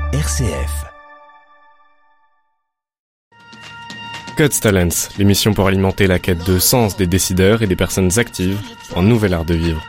RCF. Cuts Talents, l'émission pour alimenter la quête de sens des décideurs et des personnes actives en nouvel art de vivre.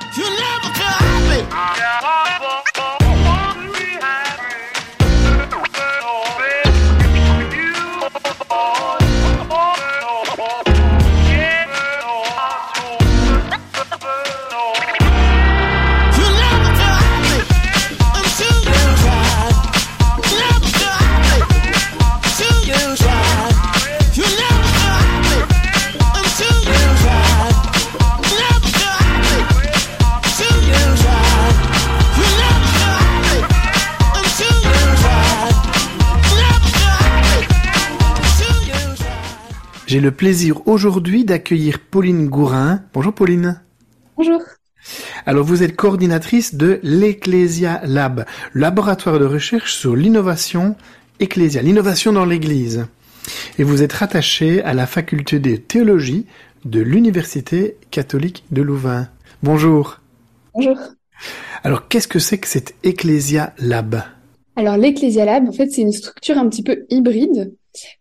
J'ai le plaisir aujourd'hui d'accueillir Pauline Gourin. Bonjour Pauline. Bonjour. Alors vous êtes coordinatrice de l'Ecclesia Lab, laboratoire de recherche sur l'innovation ecclésiale, l'innovation dans l'Église. Et vous êtes rattachée à la faculté de théologie de l'Université catholique de Louvain. Bonjour. Bonjour. Alors qu'est-ce que c'est que cette Ecclesia Lab ? Alors l'Ecclesia Lab, en fait, c'est une structure un petit peu hybride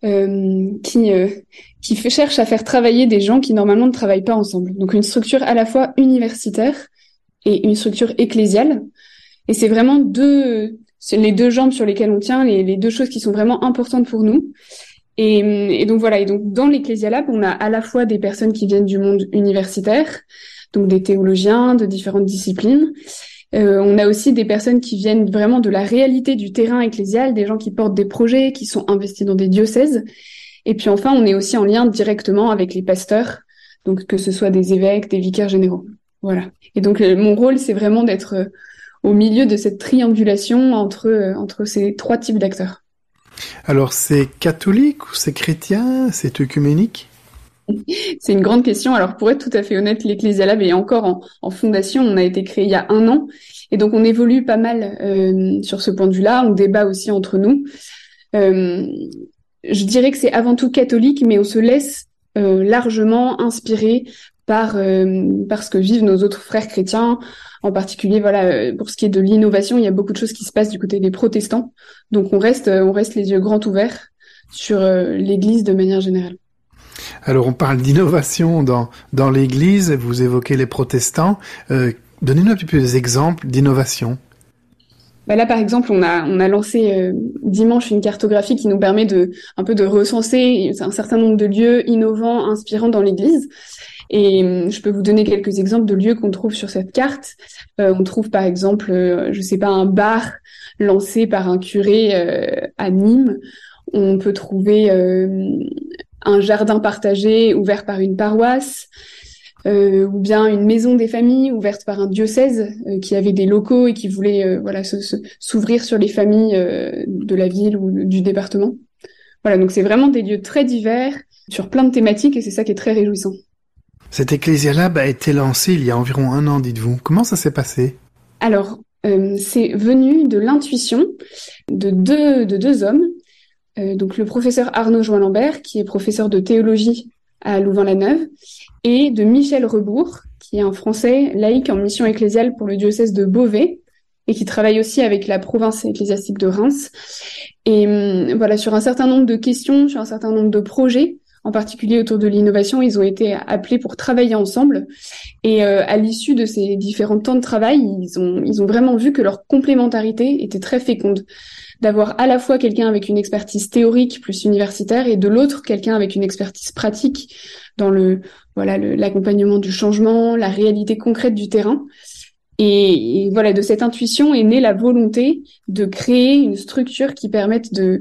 qui cherche à faire travailler des gens qui normalement ne travaillent pas ensemble. Donc une structure à la fois universitaire et une structure ecclésiale. Et c'est vraiment les deux jambes sur lesquelles on tient, les deux choses qui sont vraiment importantes pour nous. Et donc voilà. Et donc dans l'Ecclesia Lab, on a à la fois des personnes qui viennent du monde universitaire, donc des théologiens de différentes disciplines. On a aussi des personnes qui viennent vraiment de la réalité du terrain ecclésial, des gens qui portent des projets, qui sont investis dans des diocèses. Et puis enfin, on est aussi en lien directement avec les pasteurs, donc que ce soit des évêques, des vicaires généraux. Voilà. Et donc mon rôle, c'est vraiment d'être au milieu de cette triangulation entre ces trois types d'acteurs. Alors c'est catholique ou c'est chrétien, c'est œcuménique ? C'est une grande question. Alors, pour être tout à fait honnête, l'Ecclesia Lab est encore en fondation. On a été créé il y a 1 an. Et donc, on évolue pas mal sur ce point de vue-là. On débat aussi entre nous. Je dirais que c'est avant tout catholique, mais on se laisse largement inspirer par ce que vivent nos autres frères chrétiens. En particulier, voilà, pour ce qui est de l'innovation, il y a beaucoup de choses qui se passent du côté des protestants. Donc, on reste les yeux grands ouverts sur l'Église de manière générale. Alors on parle d'innovation dans l'Église, vous évoquez les protestants. Donnez-nous un petit peu des exemples d'innovation. Là, par exemple, on a lancé dimanche une cartographie qui nous permet de recenser un certain nombre de lieux innovants, inspirants dans l'Église. Et je peux vous donner quelques exemples de lieux qu'on trouve sur cette carte. On trouve par exemple, un bar lancé par un curé à Nîmes. On peut trouver un jardin partagé ouvert par une paroisse, ou bien une maison des familles ouverte par un diocèse qui avait des locaux et qui voulait s'ouvrir sur les familles de la ville ou du département. Voilà, donc c'est vraiment des lieux très divers sur plein de thématiques et c'est ça qui est très réjouissant. Cette Ecclesia Lab a été lancée il y a environ 1 an, dites-vous. Comment ça s'est passé ? Alors, c'est venu de l'intuition de deux hommes. Donc le professeur Arnaud Join-Lambert, qui est professeur de théologie à Louvain-la-Neuve, et de Michel Rebourg, qui est un Français laïque en mission ecclésiale pour le diocèse de Beauvais, et qui travaille aussi avec la province ecclésiastique de Reims. Et voilà, sur un certain nombre de questions, sur un certain nombre de projets, en particulier autour de l'innovation, ils ont été appelés pour travailler ensemble. Et à l'issue de ces différents temps de travail, ils ont vraiment vu que leur complémentarité était très féconde. D'avoir à la fois quelqu'un avec une expertise théorique plus universitaire et de l'autre quelqu'un avec une expertise pratique dans l'accompagnement du changement, la réalité concrète du terrain. Et voilà, de cette intuition est née la volonté de créer une structure qui permette de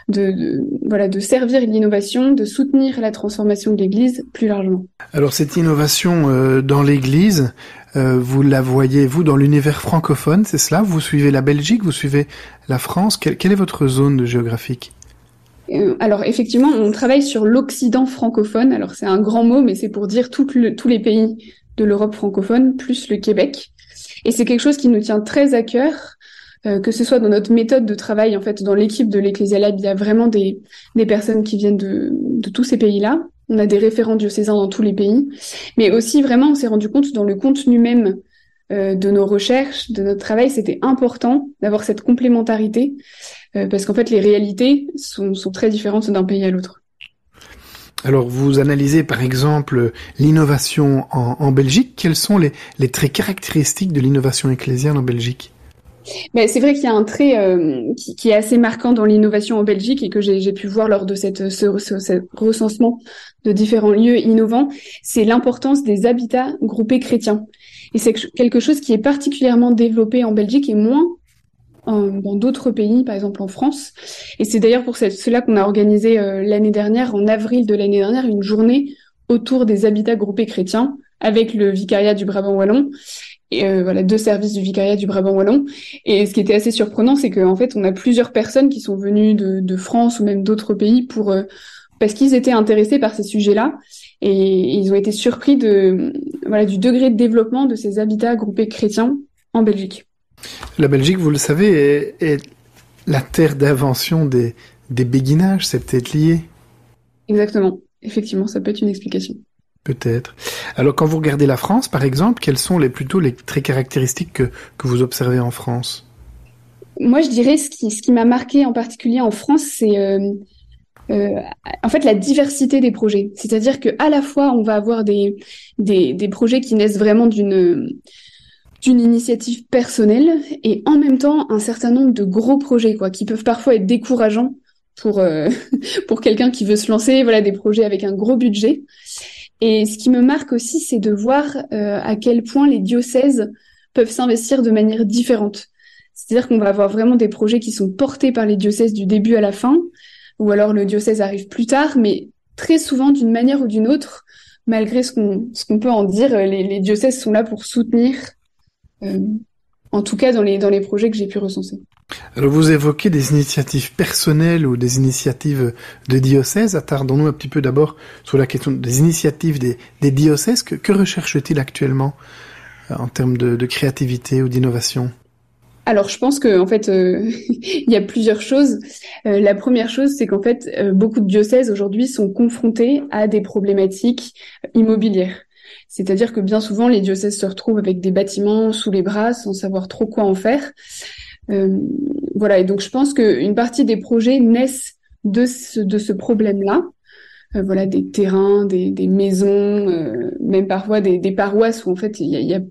servir l'innovation, de soutenir la transformation de l'Église plus largement. Alors cette innovation dans l'Église, vous la voyez, vous, dans l'univers francophone, c'est cela ? Vous suivez la Belgique, vous suivez la France ? Quelle est votre zone géographique ? Alors effectivement, on travaille sur l'Occident francophone. Alors c'est un grand mot, mais c'est pour dire tous les pays de l'Europe francophone, plus le Québec. Et c'est quelque chose qui nous tient très à cœur, que ce soit dans notre méthode de travail. En fait, dans l'équipe de l'Ecclesia Lab, il y a vraiment des personnes qui viennent de tous ces pays-là. On a des référents diocésains dans tous les pays. Mais aussi, vraiment, on s'est rendu compte dans le contenu même de nos recherches, de notre travail, c'était important d'avoir cette complémentarité, parce qu'en fait, les réalités sont très différentes d'un pays à l'autre. Alors, vous analysez par exemple l'innovation en Belgique. Quels sont les traits caractéristiques de l'innovation ecclésiale en Belgique? Mais c'est vrai qu'il y a un trait qui est assez marquant dans l'innovation en Belgique et que j'ai pu voir lors de ce recensement de différents lieux innovants, c'est l'importance des habitats groupés chrétiens. Et c'est quelque chose qui est particulièrement développé en Belgique et moins dans d'autres pays, par exemple en France. Et c'est d'ailleurs pour cela qu'on a organisé l'année dernière, en avril de l'année dernière, une journée autour des habitats groupés chrétiens avec le vicariat du Brabant Wallon. Et voilà, 2 services du vicariat du Brabant Wallon. Et ce qui était assez surprenant, c'est qu'en fait, on a plusieurs personnes qui sont venues de France ou même d'autres pays parce qu'ils étaient intéressés par ces sujets-là. Et ils ont été surpris du degré de développement de ces habitats groupés chrétiens en Belgique. La Belgique, vous le savez, est la terre d'invention des béguinages, c'est peut-être lié? Exactement. Effectivement, ça peut être une explication. Peut-être. Alors, quand vous regardez la France, par exemple, quels sont plutôt les traits caractéristiques que vous observez en France? Moi, je dirais ce qui m'a marqué en particulier en France, c'est en fait la diversité des projets. C'est-à-dire que à la fois, on va avoir des projets qui naissent vraiment d'une initiative personnelle et en même temps un certain nombre de gros projets qui peuvent parfois être décourageants pour quelqu'un qui veut se lancer, des projets avec un gros budget. Et ce qui me marque aussi, c'est de voir à quel point les diocèses peuvent s'investir de manière différente. C'est-à-dire qu'on va avoir vraiment des projets qui sont portés par les diocèses du début à la fin, ou alors le diocèse arrive plus tard, mais très souvent d'une manière ou d'une autre, malgré ce qu'on peut en dire, les diocèses sont là pour soutenir, en tout cas dans les projets que j'ai pu recenser. Alors vous évoquez des initiatives personnelles ou des initiatives de diocèses. Attardons-nous un petit peu d'abord sur la question des initiatives des diocèses. Que recherchent-ils actuellement en termes de créativité ou d'innovation? Alors je pense que en fait il y a plusieurs choses. La première chose, c'est qu'en fait beaucoup de diocèses aujourd'hui sont confrontés à des problématiques immobilières. C'est-à-dire que bien souvent les diocèses se retrouvent avec des bâtiments sous les bras sans savoir trop quoi en faire. Et donc je pense qu'une partie des projets naissent de ce problème-là. Des terrains, des maisons, même parfois des paroisses où en fait il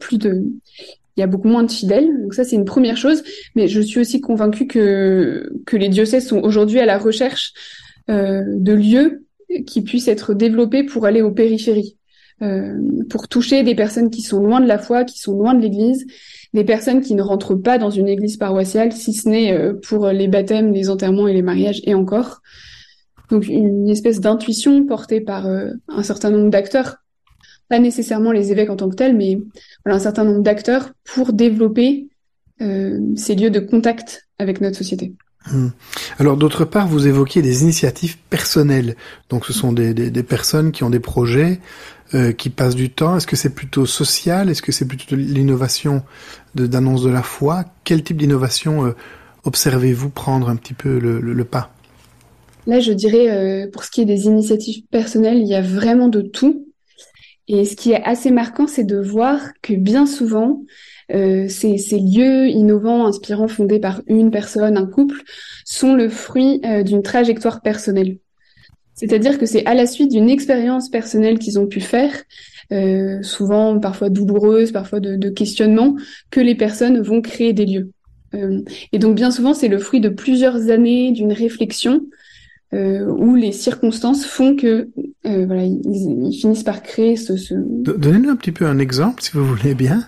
y a beaucoup moins de fidèles. Donc ça c'est une première chose. Mais je suis aussi convaincue que les diocèses sont aujourd'hui à la recherche de lieux qui puissent être développés pour aller aux périphéries, pour toucher des personnes qui sont loin de la foi, qui sont loin de l'Église. Des personnes qui ne rentrent pas dans une église paroissiale, si ce n'est pour les baptêmes, les enterrements et les mariages, et encore. Donc une espèce d'intuition portée par un certain nombre d'acteurs, pas nécessairement les évêques en tant que tels, mais un certain nombre d'acteurs pour développer ces lieux de contact avec notre société. Alors d'autre part, vous évoquiez des initiatives personnelles. Donc ce sont des personnes qui ont des projets, qui passent du temps. Est-ce que c'est plutôt social? Est-ce que c'est plutôt de l'innovation d'annonce de la foi? Quel type d'innovation observez-vous prendre un petit peu le pas? Là, je dirais, pour ce qui est des initiatives personnelles, il y a vraiment de tout. Et ce qui est assez marquant, c'est de voir que bien souvent, ces lieux innovants, inspirants, fondés par une personne, un couple, sont le fruit d'une trajectoire personnelle. C'est-à-dire que c'est à la suite d'une expérience personnelle qu'ils ont pu faire, souvent parfois douloureuse, parfois de questionnement, que les personnes vont créer des lieux. Et donc bien souvent, c'est le fruit de plusieurs années, d'une réflexion, où les circonstances font que ils finissent par créer Donnez-nous un petit peu un exemple, si vous voulez bien.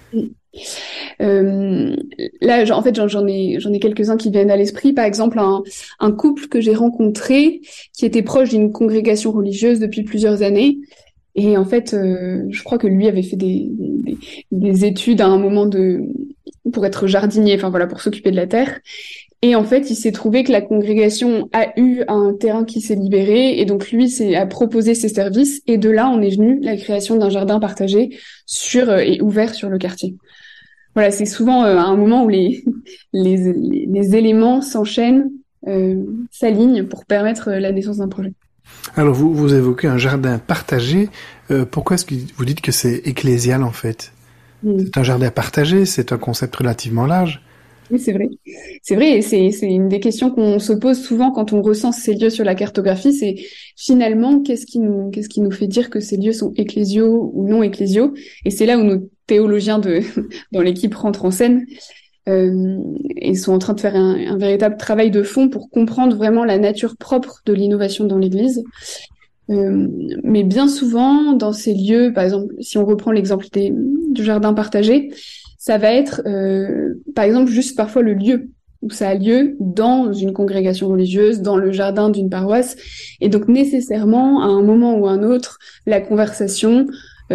Là, en fait, j'en ai quelques-uns qui viennent à l'esprit. Par exemple, un couple que j'ai rencontré qui était proche d'une congrégation religieuse depuis plusieurs années. Et en fait, je crois que lui avait fait des études à un moment pour être jardinier, pour s'occuper de la terre. Et en fait, il s'est trouvé que la congrégation a eu un terrain qui s'est libéré, et donc lui a proposé ses services, et de là, on est venu la création d'un jardin partagé et ouvert sur le quartier. Voilà, c'est souvent un moment où les éléments s'enchaînent, s'alignent pour permettre la naissance d'un projet. Alors, vous évoquez un jardin partagé. Pourquoi est-ce que vous dites que c'est ecclésial, en fait? C'est un jardin partagé, c'est un concept relativement large. Oui, c'est vrai. C'est vrai, et c'est une des questions qu'on se pose souvent quand on recense ces lieux sur la cartographie, c'est finalement qu'est-ce qui nous fait dire que ces lieux sont ecclésiaux ou non ecclésiaux? Et c'est là où nos théologiens dans l'équipe rentrent en scène. Et sont en train de faire un véritable travail de fond pour comprendre vraiment la nature propre de l'innovation dans l'Église. Mais bien souvent, dans ces lieux, par exemple, si on reprend l'exemple du jardin partagé, ça va être, par exemple, juste parfois le lieu où ça a lieu dans une congrégation religieuse, dans le jardin d'une paroisse. Et donc, nécessairement, à un moment ou à un autre, la conversation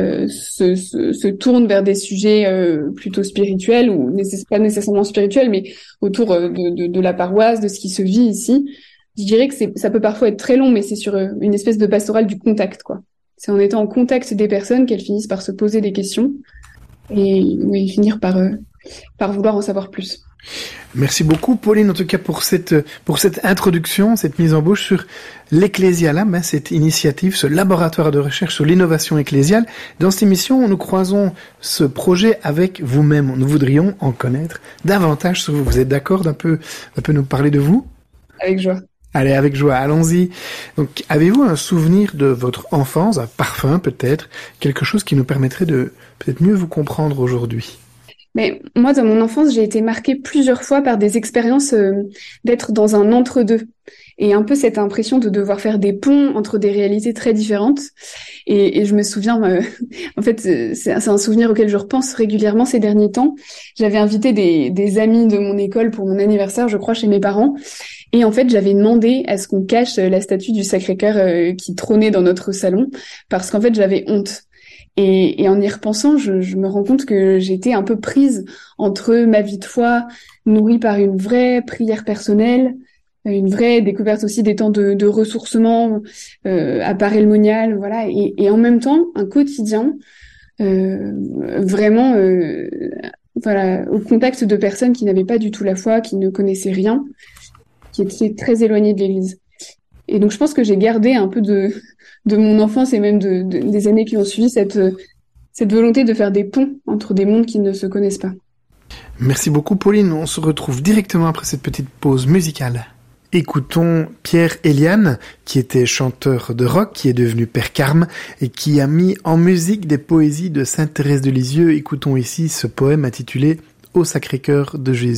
se tourne vers des sujets plutôt spirituels, ou pas nécessairement spirituels, mais autour de la paroisse, de ce qui se vit ici. Je dirais que ça peut parfois être très long, mais c'est sur une espèce de pastorale du contact, quoi. C'est en étant en contact des personnes qu'elles finissent par se poser des questions et oui, finir par vouloir en savoir plus. Merci beaucoup, Pauline, en tout cas pour cette introduction, cette mise en bouche sur l'Ecclesia Lab, cette initiative, ce laboratoire de recherche sur l'innovation ecclésiale. Dans cette émission, nous croisons ce projet avec vous-même. Nous voudrions en connaître davantage sur vous. Vous êtes d'accord d'un peu nous parler de vous? Avec joie. Allez, avec joie, allons-y. Donc, avez-vous un souvenir de votre enfance, un parfum peut-être, quelque chose qui nous permettrait de peut-être mieux vous comprendre aujourd'hui? Mais moi, dans mon enfance, j'ai été marquée plusieurs fois par des expériences d'être dans un entre-deux. Et un peu cette impression de devoir faire des ponts entre des réalités très différentes. Et je me souviens, en fait, c'est un souvenir auquel je repense régulièrement ces derniers temps. J'avais invité des amis de mon école pour mon anniversaire, je crois, chez mes parents. Et en fait, j'avais demandé à ce qu'on cache la statue du Sacré-Cœur qui trônait dans notre salon, parce qu'en fait, j'avais honte. Et en y repensant, je me rends compte que j'étais un peu prise entre ma vie de foi, nourrie par une vraie prière personnelle, une vraie découverte aussi des temps de ressourcement à Paray-le-Monial, voilà, et en même temps, un quotidien vraiment voilà, au contact de personnes qui n'avaient pas du tout la foi, qui ne connaissaient rien, qui étaient très éloignées de l'Église. Et donc je pense que j'ai gardé un peu de mon enfance et même des années qui ont suivi cette volonté de faire des ponts entre des mondes qui ne se connaissent pas. Merci beaucoup, Pauline. On se retrouve directement après cette petite pause musicale. Écoutons Pierre Eliane, qui était chanteur de rock, qui est devenu Père Carme et qui a mis en musique des poésies de Sainte Thérèse de Lisieux. Écoutons ici ce poème intitulé « Au Sacré-Cœur de Jésus ».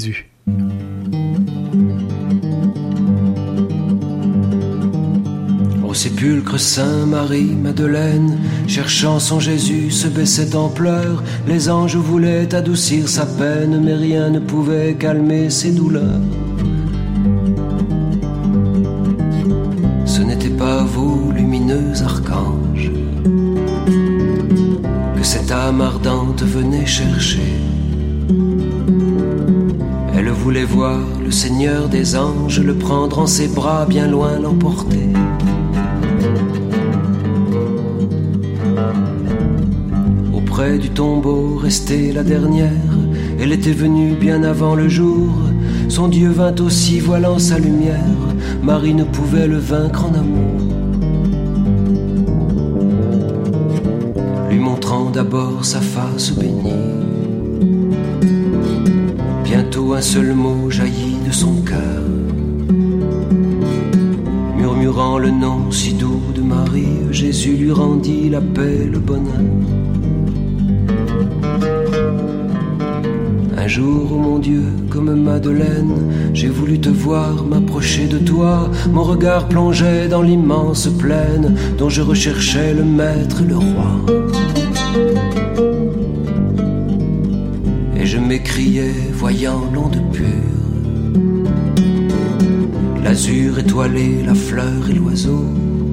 Au sépulcre, Saint-Marie-Madeleine, cherchant son Jésus, se baissait en pleurs. Les anges voulaient adoucir sa peine, mais rien ne pouvait calmer ses douleurs. Ce n'était pas vous, lumineux archange, que cette âme ardente venait chercher. Elle voulait voir le Seigneur des anges, le prendre en ses bras, bien loin l'emporter. Auprès du tombeau, restée la dernière, elle était venue bien avant le jour. Son Dieu vint aussi, voilant sa lumière. Marie ne pouvait le vaincre en amour. Lui montrant d'abord sa face bénie. Bientôt un seul mot jaillit de son cœur. Murmurant le nom si doux de Marie, Jésus lui rendit la paix, le bonheur. Un jour, oh mon Dieu, comme Madeleine, j'ai voulu te voir, m'approcher de toi. Mon regard plongeait dans l'immense plaine dont je recherchais le maître et le roi. Et je m'écriais, voyant l'onde pure, l'azur étoilé, la fleur et l'oiseau.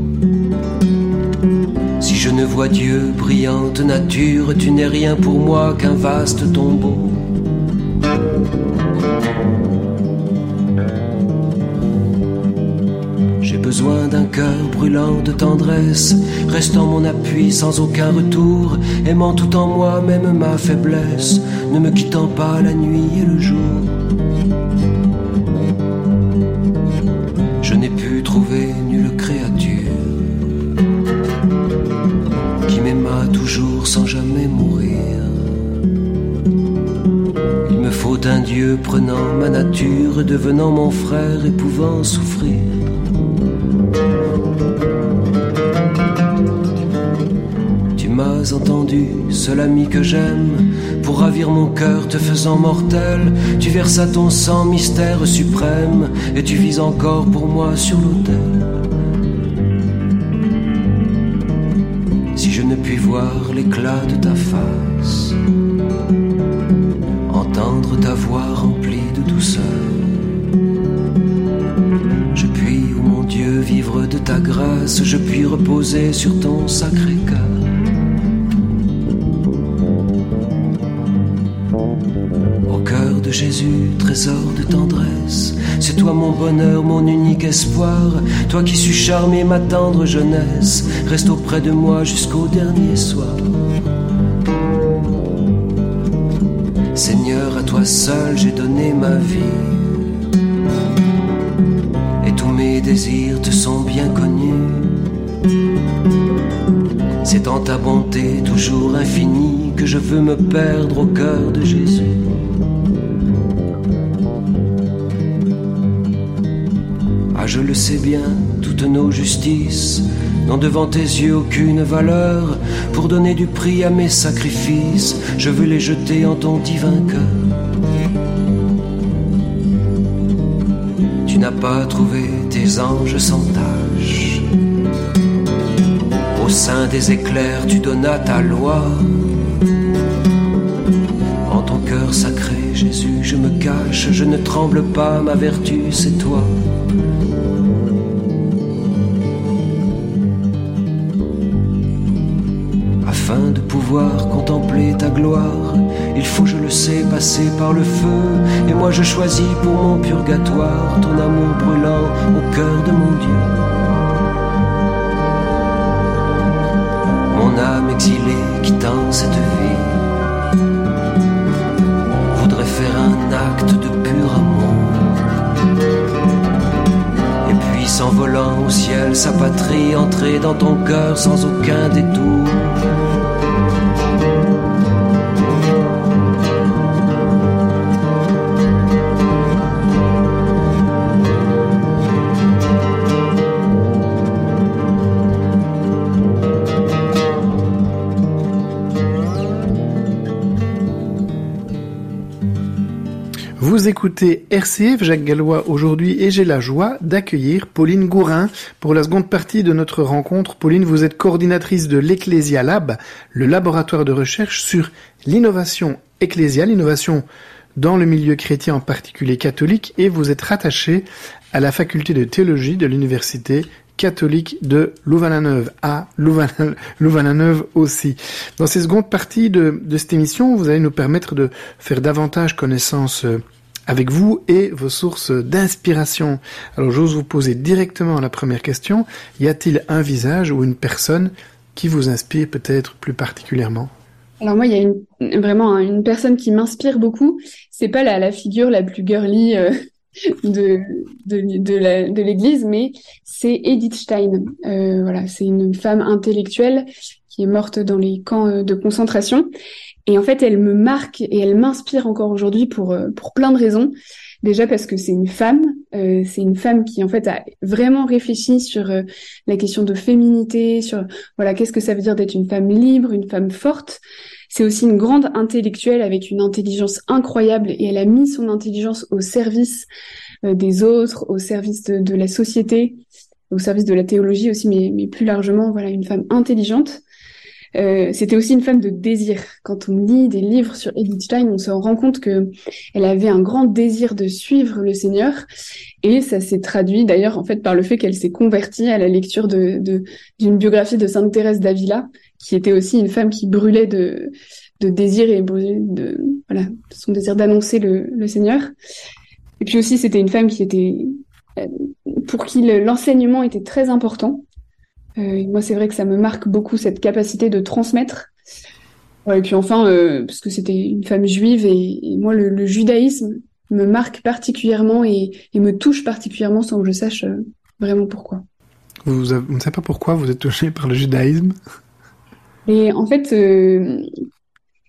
Si je ne vois Dieu, brillante nature, tu n'es rien pour moi qu'un vaste tombeau. J'ai besoin d'un cœur brûlant de tendresse, restant mon appui sans aucun retour, aimant tout en moi, même ma faiblesse, ne me quittant pas la nuit et le jour. Je n'ai pu trouver nulle créature qui m'aima toujours sans jamais mourir. Dieu prenant ma nature, devenant mon frère et pouvant souffrir. Tu m'as entendu, seul ami que j'aime, pour ravir mon cœur te faisant mortel. Tu versas ton sang, mystère suprême, et tu vis encore pour moi sur l'autel. Si je ne puis voir l'éclat de ta face, entendre ta voix remplie de douceur, je puis, ô mon Dieu, vivre de ta grâce, je puis reposer sur ton sacré cœur. Au cœur de Jésus, trésor de tendresse, c'est toi mon bonheur, mon unique espoir. Toi qui sus charmer ma tendre jeunesse, reste auprès de moi jusqu'au dernier soir. Seigneur, à toi seul j'ai donné ma vie, et tous mes désirs te sont bien connus. C'est en ta bonté toujours infinie que je veux me perdre au cœur de Jésus. Ah, je le sais bien, toutes nos justices n'ont devant tes yeux aucune valeur. Pour donner du prix à mes sacrifices, je veux les jeter en ton divin cœur. Tu n'as pas trouvé tes anges sans tache. Au sein des éclairs, tu donnas ta loi. En ton cœur sacré, Jésus, je me cache. Je ne tremble pas, ma vertu, c'est toi. Afin de pouvoir contempler ta gloire, il faut, je le sais, passer par le feu. Et moi je choisis pour mon purgatoire ton amour brûlant au cœur de mon Dieu. Mon âme exilée quittant cette vie voudrait faire un acte de pur amour, et puis s'envolant au ciel sa patrie, entrer dans ton cœur sans aucun détour. Vous écoutez RCF Jacques Gallois aujourd'hui et j'ai la joie d'accueillir Pauline Gourin pour la seconde partie de notre rencontre. Pauline, vous êtes coordinatrice de l'Ecclesia Lab, le laboratoire de recherche sur l'innovation ecclésiale, l'innovation dans le milieu chrétien en particulier catholique, et vous êtes rattachée à la faculté de théologie de l'université catholique de Louvain-la-Neuve, à Louvain-la-Neuve aussi. Dans ces secondes parties de cette émission, vous allez nous permettre de faire davantage connaissance avec vous et vos sources d'inspiration. Alors j'ose vous poser directement la première question. Y a-t-il un visage ou une personne qui vous inspire peut-être plus particulièrement ? Alors moi, il y a vraiment une personne qui m'inspire beaucoup. C'est pas la figure la plus girly de l'Église, mais c'est Edith Stein. Voilà, c'est une femme intellectuelle qui est morte dans les camps de concentration. Et en fait, elle me marque et elle m'inspire encore aujourd'hui pour plein de raisons. Déjà parce que c'est une femme qui en fait a vraiment réfléchi sur la question de féminité, sur voilà, qu'est-ce que ça veut dire d'être une femme libre, une femme forte. C'est aussi une grande intellectuelle avec une intelligence incroyable et elle a mis son intelligence au service des autres, au service de la société, au service de la théologie aussi, mais plus largement, voilà, une femme intelligente. C'était aussi une femme de désir. Quand on lit des livres sur Edith Stein, on se rend compte que elle avait un grand désir de suivre le Seigneur, et ça s'est traduit d'ailleurs en fait par le fait qu'elle s'est convertie à la lecture d'une biographie de Sainte Thérèse d'Avila, qui était aussi une femme qui brûlait de désir et brûlait de son désir d'annoncer le Seigneur. Et puis aussi c'était une femme qui était pour qui l'enseignement était très important. Moi, c'est vrai que ça me marque beaucoup, cette capacité de transmettre. Ouais, et puis enfin, parce que c'était une femme juive, et moi, le judaïsme me marque particulièrement et me touche particulièrement sans que je sache vraiment pourquoi. Vous ne savez pas pourquoi vous êtes touché par le judaïsme ? Et en fait,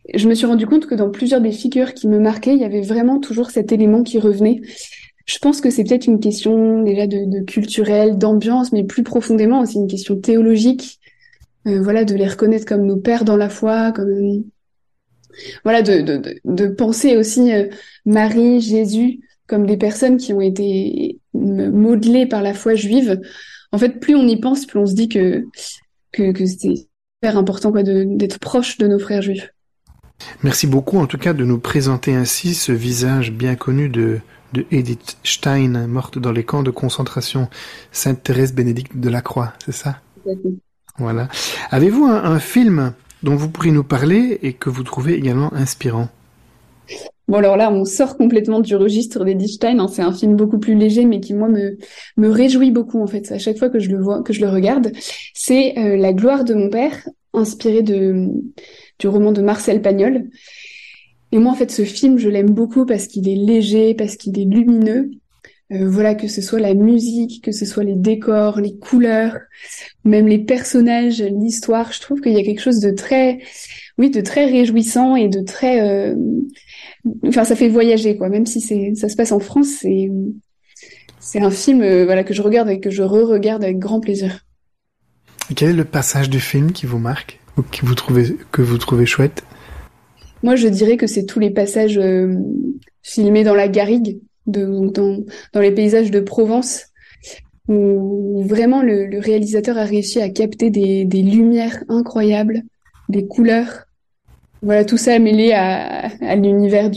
je me suis rendu compte que dans plusieurs des figures qui me marquaient, il y avait vraiment toujours cet élément qui revenait. Je pense que c'est peut-être une question déjà de culturel, d'ambiance, mais plus profondément aussi une question théologique. Voilà, de les reconnaître comme nos pères dans la foi, comme voilà, de penser aussi Marie, Jésus comme des personnes qui ont été modelées par la foi juive. En fait, plus on y pense, plus on se dit que c'est super important quoi, d'être proche de nos frères juifs. Merci beaucoup en tout cas de nous présenter ainsi ce visage bien connu de Edith Stein, morte dans les camps de concentration, Sainte Thérèse Bénédicte de la Croix, c'est ça? Exactement. Voilà. Avez-vous un film dont vous pourriez nous parler et que vous trouvez également inspirant? Bon, alors là, on sort complètement du registre d'Edith Stein, hein. C'est un film beaucoup plus léger, mais qui, moi, me réjouit beaucoup, en fait. À chaque fois que je le vois, que je le regarde, c'est La gloire de mon père, inspiré du roman de Marcel Pagnol. Et moi, en fait, ce film, je l'aime beaucoup parce qu'il est léger, parce qu'il est lumineux. Voilà, que ce soit la musique, que ce soit les décors, les couleurs, même les personnages, l'histoire, je trouve qu'il y a quelque chose de très réjouissant et de très, enfin, ça fait voyager, quoi. Même si ça se passe en France, c'est un film, voilà, que je regarde et que je re-regarde avec grand plaisir. Et quel est le passage du film qui vous marque ou que vous trouvez chouette? Moi, je dirais que c'est tous les passages filmés dans la garrigue, dans les paysages de Provence, où vraiment le réalisateur a réussi à capter des lumières incroyables, des couleurs. Voilà, tout ça mêlé à l'univers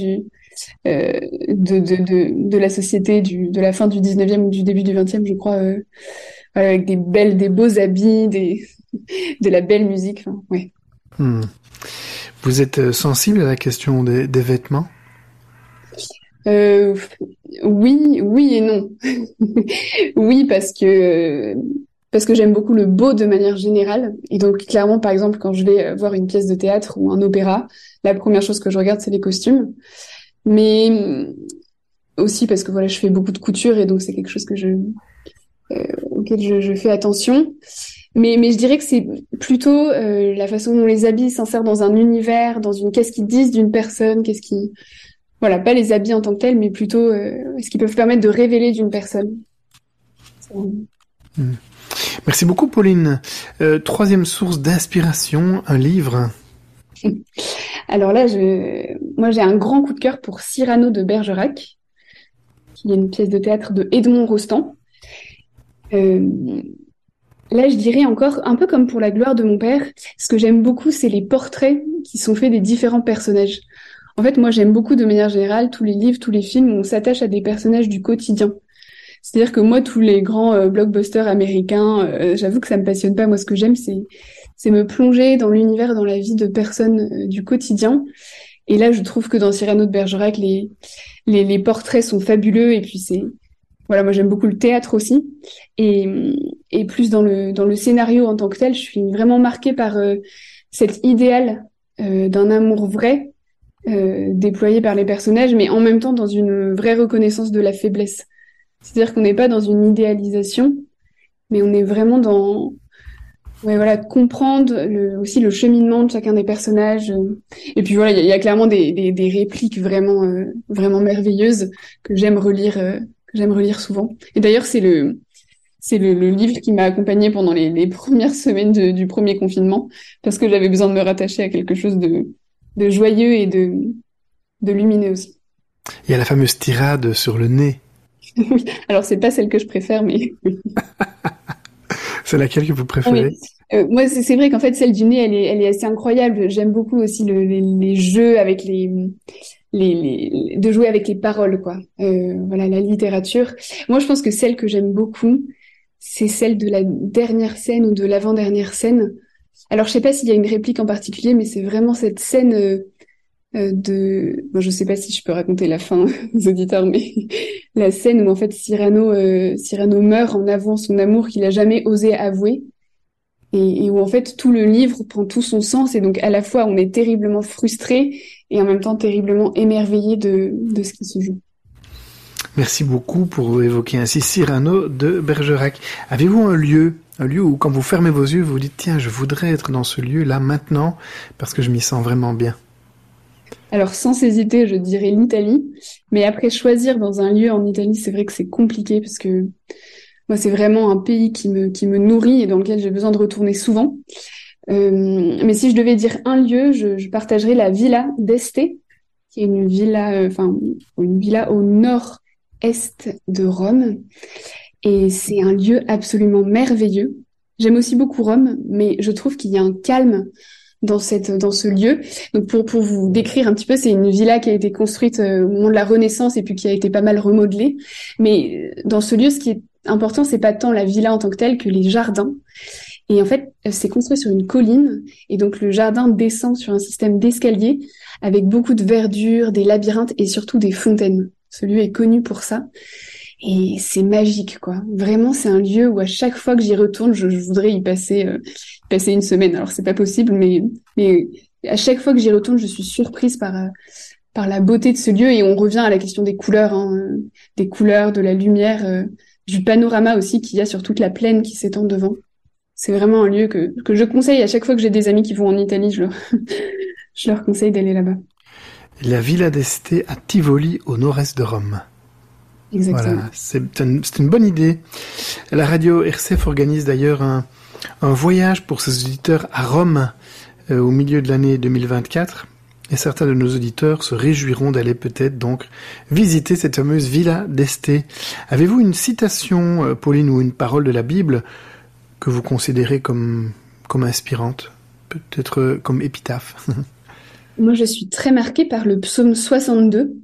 de la société de la fin du 19e ou du début du 20e, je crois, voilà, avec des beaux habits, de la belle musique. Enfin, ouais. Vous êtes sensible à la question des vêtements? Oui et non. Oui, parce que j'aime beaucoup le beau de manière générale. Et donc, clairement, par exemple, quand je vais voir une pièce de théâtre ou un opéra, la première chose que je regarde, c'est les costumes. Mais aussi parce que voilà, je fais beaucoup de couture et donc c'est quelque chose auquel je fais attention. Mais je dirais que c'est plutôt la façon dont les habits s'insèrent dans un univers, qu'est-ce qu'ils disent d'une personne, voilà, pas les habits en tant que tels, mais plutôt ce qu'ils peuvent permettre de révéler d'une personne. Merci beaucoup, Pauline. Troisième source d'inspiration, un livre. Alors là, moi j'ai un grand coup de cœur pour Cyrano de Bergerac, qui est une pièce de théâtre de Edmond Rostand. Là, je dirais encore, un peu comme pour La gloire de mon père, ce que j'aime beaucoup, c'est les portraits qui sont faits des différents personnages. En fait, moi, j'aime beaucoup, de manière générale, tous les livres, tous les films où on s'attache à des personnages du quotidien. C'est-à-dire que moi, tous les grands blockbusters américains, j'avoue que ça me passionne pas. Moi, ce que j'aime, c'est me plonger dans l'univers, dans la vie de personnes du quotidien. Et là, je trouve que dans Cyrano de Bergerac, les portraits sont fabuleux. Et puis voilà, moi, j'aime beaucoup le théâtre aussi. Et plus dans le scénario en tant que tel, je suis vraiment marquée par cet idéal d'un amour vrai, déployé par les personnages, mais en même temps dans une vraie reconnaissance de la faiblesse. C'est-à-dire qu'on n'est pas dans une idéalisation, mais on est vraiment dans comprendre aussi le cheminement de chacun des personnages. Et puis voilà, il y a clairement des répliques vraiment vraiment merveilleuses que j'aime relire souvent. Et d'ailleurs, c'est le livre qui m'a accompagnée pendant les premières semaines du premier confinement, parce que j'avais besoin de me rattacher à quelque chose de joyeux et de lumineux aussi. Il y a la fameuse tirade sur le nez. Oui, alors c'est pas celle que je préfère, mais oui. C'est laquelle que vous préférez? Moi, c'est vrai qu'en fait, celle du nez, elle est assez incroyable. J'aime beaucoup aussi les jeux avec de jouer avec les paroles, quoi. Voilà, la littérature. Moi, je pense que celle que j'aime beaucoup, c'est celle de la dernière scène ou de l'avant-dernière scène. Alors, je sais pas s'il y a une réplique en particulier, mais c'est vraiment cette scène bon, je sais pas si je peux raconter la fin aux auditeurs, mais la scène où en fait Cyrano meurt en avouant son amour qu'il a jamais osé avouer, et où en fait tout le livre prend tout son sens, et donc à la fois on est terriblement frustré et en même temps terriblement émerveillé de ce qui se joue. Merci beaucoup pour évoquer ainsi Cyrano de Bergerac. Avez-vous un lieu où quand vous fermez vos yeux, vous vous dites tiens, je voudrais être dans ce lieu là maintenant parce que je m'y sens vraiment bien? Alors, sans hésiter, je dirais l'Italie. Mais après, choisir dans un lieu en Italie, c'est vrai que c'est compliqué parce que moi, c'est vraiment un pays qui me nourrit et dans lequel j'ai besoin de retourner souvent. Mais si je devais dire un lieu, je partagerais la Villa d'Este, qui est une villa, une villa au nord-est de Rome. Et c'est un lieu absolument merveilleux. J'aime aussi beaucoup Rome, mais je trouve qu'il y a un calme dans ce lieu. Donc pour vous décrire un petit peu, c'est une villa qui a été construite au moment de la Renaissance et puis qui a été pas mal remodelée. Mais dans ce lieu, ce qui est important, c'est pas tant la villa en tant que telle que les jardins. Et en fait, c'est construit sur une colline et donc le jardin descend sur un système d'escalier avec beaucoup de verdure, des labyrinthes et surtout des fontaines. Ce lieu est connu pour ça. Et c'est magique, quoi. Vraiment, c'est un lieu où à chaque fois que j'y retourne, je voudrais y passer une semaine. Alors, c'est pas possible, mais à chaque fois que j'y retourne, je suis surprise par la beauté de ce lieu. Et on revient à la question des couleurs, des couleurs, de la lumière, du panorama aussi qu'il y a sur toute la plaine qui s'étend devant. C'est vraiment un lieu que je conseille à chaque fois que j'ai des amis qui vont en Italie, je leur conseille d'aller là-bas. La Villa d'Este à Tivoli, au nord-est de Rome. Exactement. Voilà, c'est une bonne idée. La radio RCF organise d'ailleurs un voyage pour ses auditeurs à Rome au milieu de l'année 2024. Et certains de nos auditeurs se réjouiront d'aller peut-être donc visiter cette fameuse Villa d'Este. Avez-vous une citation, Pauline, ou une parole de la Bible que vous considérez comme inspirante, peut-être comme épitaphe? Moi, je suis très marquée par le psaume 62.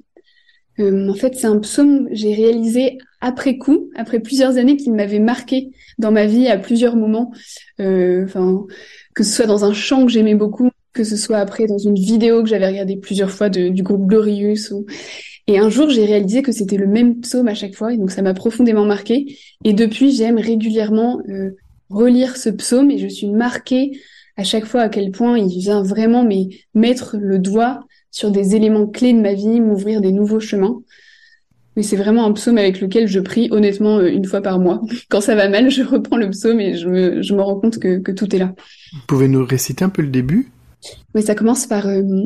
En fait, c'est un psaume que j'ai réalisé après coup, après plusieurs années, qui m'avait marqué dans ma vie à plusieurs moments. Que ce soit dans un chant que j'aimais beaucoup, que ce soit après dans une vidéo que j'avais regardée plusieurs fois du groupe Glorious. Et un jour, j'ai réalisé que c'était le même psaume à chaque fois, et donc ça m'a profondément marqué. Et depuis, j'aime régulièrement relire ce psaume, et je suis marquée à chaque fois à quel point il vient vraiment mettre le doigt sur des éléments clés de ma vie, m'ouvrir des nouveaux chemins. Mais c'est vraiment un psaume avec lequel je prie honnêtement une fois par mois. Quand ça va mal, je reprends le psaume et je me rends compte que tout est là. Vous pouvez nous réciter un peu le début? Oui, ça commence par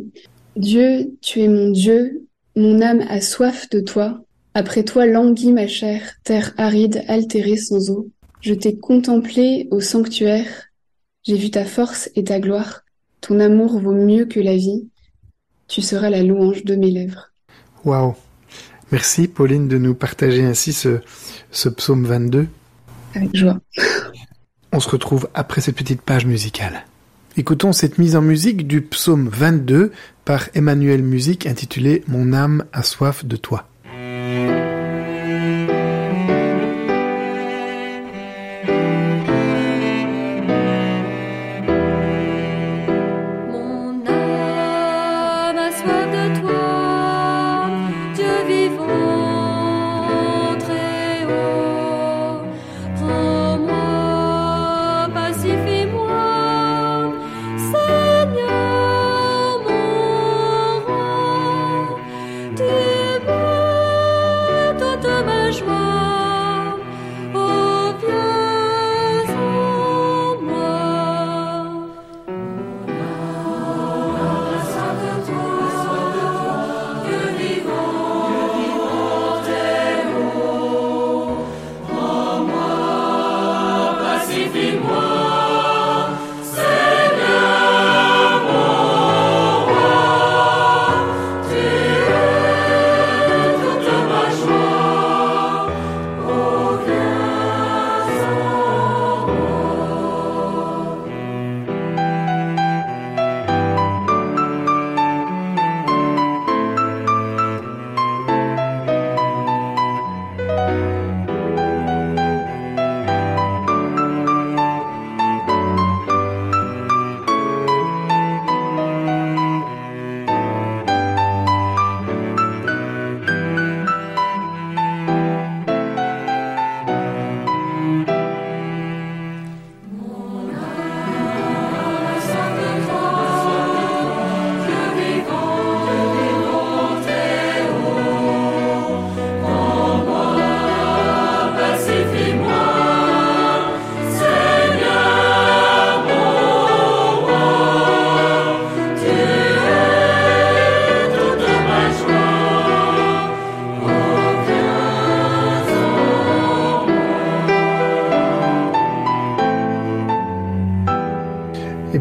Dieu, tu es mon Dieu, mon âme a soif de toi. Après toi languit ma chair, terre aride, altérée sans eau. Je t'ai contemplé au sanctuaire, j'ai vu ta force et ta gloire. Ton amour vaut mieux que la vie. Tu seras la louange de mes lèvres. Waouh! Merci Pauline de nous partager ainsi ce psaume 22. Avec joie. On se retrouve après cette petite page musicale. Écoutons cette mise en musique du psaume 22 par Emmanuel Musique intitulée « Mon âme a soif de toi ».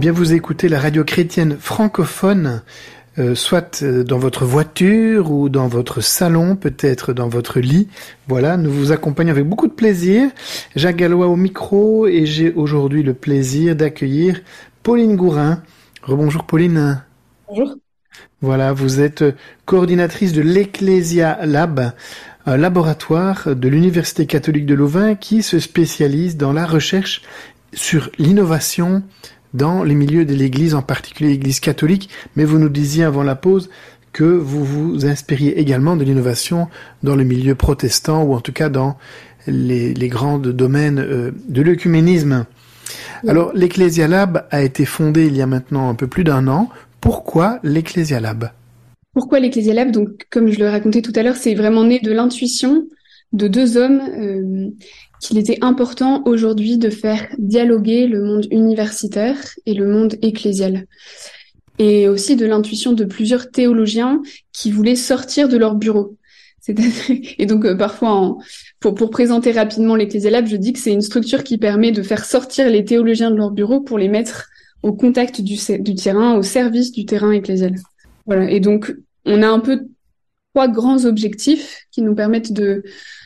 bien, vous écoutez la radio chrétienne francophone, soit dans votre voiture ou dans votre salon, peut-être dans votre lit. Voilà, nous vous accompagnons avec beaucoup de plaisir. Jacques Gallois au micro et j'ai aujourd'hui le plaisir d'accueillir Pauline Gourin. Rebonjour Pauline. Bonjour. Voilà, vous êtes coordinatrice de l'Ecclesia Lab, un laboratoire de l'Université catholique de Louvain qui se spécialise dans la recherche sur l'innovation dans les milieux de l'Église, en particulier l'Église catholique. Mais vous nous disiez avant la pause que vous vous inspiriez également de l'innovation dans le milieu protestant ou en tout cas dans les grands domaines de l'œcuménisme. Oui. Alors, l'Ecclesia Lab a été fondé il y a maintenant un peu plus d'1 an. Pourquoi l'Ecclesia Lab ? Pourquoi l'Ecclesia Lab ? Donc, comme je le racontais tout à l'heure, c'est vraiment né de l'intuition de 2 hommes qu'il était important aujourd'hui de faire dialoguer le monde universitaire et le monde ecclésial. Et aussi de l'intuition de plusieurs théologiens qui voulaient sortir de leur bureau. Et donc, parfois, pour présenter rapidement l'Ecclesia Lab, je dis que c'est une structure qui permet de faire sortir les théologiens de leur bureau pour les mettre au contact du terrain, au service du terrain ecclésial. Voilà. Et donc, on a un peu 3 grands objectifs qui nous permettent de